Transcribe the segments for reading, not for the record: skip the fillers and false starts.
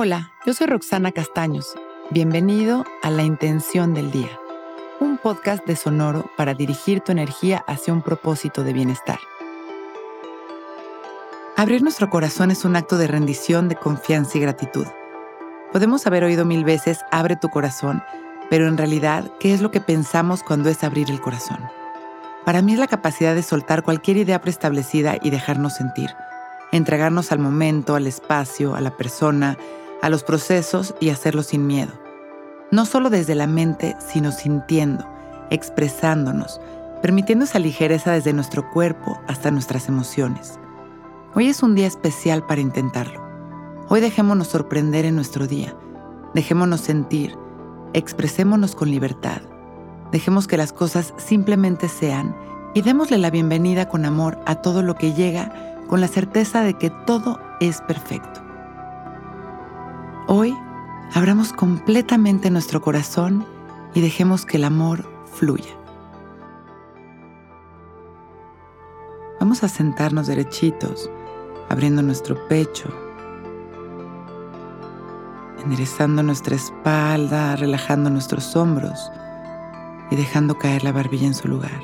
Hola, yo soy Roxana Castaños. Bienvenido a La Intención del Día, un podcast de Sonoro para dirigir tu energía hacia un propósito de bienestar. Abrir nuestro corazón es un acto de rendición, de confianza y gratitud. Podemos haber oído 1000 veces «abre tu corazón», pero en realidad, ¿qué es lo que pensamos cuando es abrir el corazón? Para mí es la capacidad de soltar cualquier idea preestablecida y dejarnos sentir, entregarnos al momento, al espacio, a la persona, a los procesos y hacerlo sin miedo. No solo desde la mente, sino sintiendo, expresándonos, permitiendo esa ligereza desde nuestro cuerpo hasta nuestras emociones. Hoy es un día especial para intentarlo. Hoy dejémonos sorprender en nuestro día, dejémonos sentir, expresémonos con libertad, dejemos que las cosas simplemente sean y démosle la bienvenida con amor a todo lo que llega, con la certeza de que todo es perfecto. Hoy, abramos completamente nuestro corazón y dejemos que el amor fluya. Vamos a sentarnos derechitos, abriendo nuestro pecho, enderezando nuestra espalda, relajando nuestros hombros y dejando caer la barbilla en su lugar.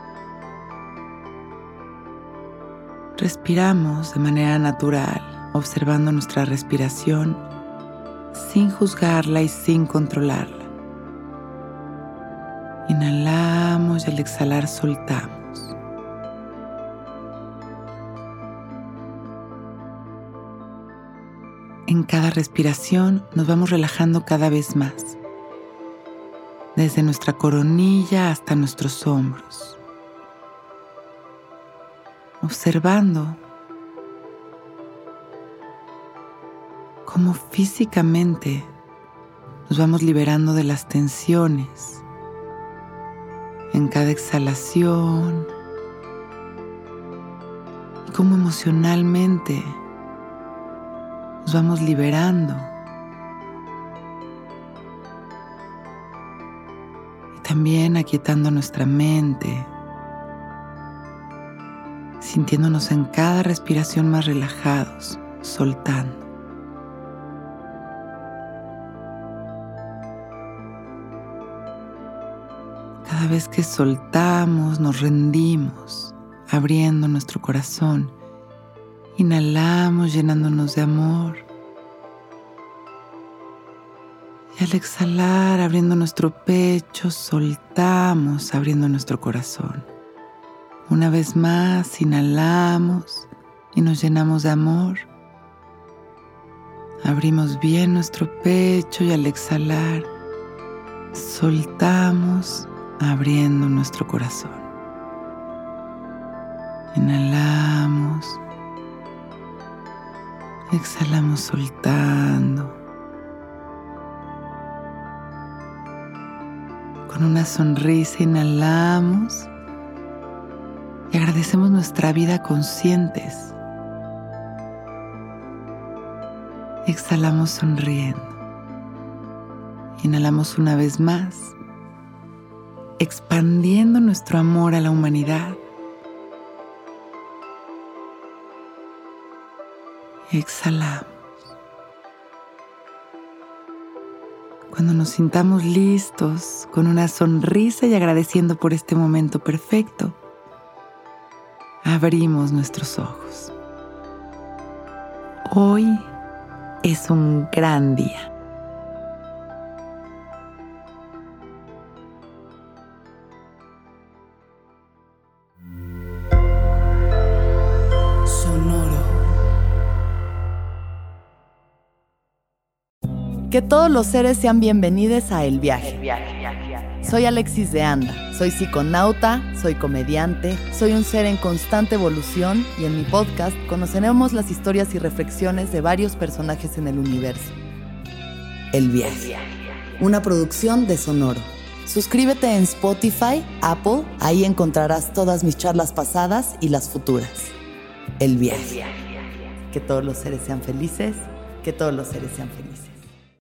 Respiramos de manera natural, observando nuestra respiración sin juzgarla y sin controlarla. Inhalamos y al exhalar soltamos. En cada respiración nos vamos relajando cada vez más, desde nuestra coronilla hasta nuestros hombros, observando cómo físicamente nos vamos liberando de las tensiones en cada exhalación y cómo emocionalmente nos vamos liberando y también aquietando nuestra mente, sintiéndonos en cada respiración más relajados, soltando. Cada vez que soltamos, nos rendimos, abriendo nuestro corazón. Inhalamos llenándonos de amor. Y al exhalar, abriendo nuestro pecho, soltamos, abriendo nuestro corazón. Una vez más, inhalamos y nos llenamos de amor. Abrimos bien nuestro pecho y al exhalar, soltamos, abriendo nuestro corazón. Inhalamos, exhalamos soltando. Con una sonrisa inhalamos y agradecemos nuestra vida conscientes. Exhalamos sonriendo. Inhalamos una vez más, expandiendo nuestro amor a la humanidad. Exhalamos. Cuando nos sintamos listos, con una sonrisa y agradeciendo por este momento perfecto, abrimos nuestros ojos. Hoy es un gran día. Que todos los seres sean bienvenidos a El Viaje. Soy Alexis de Anda, soy psiconauta, soy comediante, soy un ser en constante evolución y en mi podcast conoceremos las historias y reflexiones de varios personajes en el universo. El Viaje, una producción de Sonoro. Suscríbete en Spotify, Apple, ahí encontrarás todas mis charlas pasadas y las futuras. El Viaje. Que todos los seres sean felices, que todos los seres sean felices.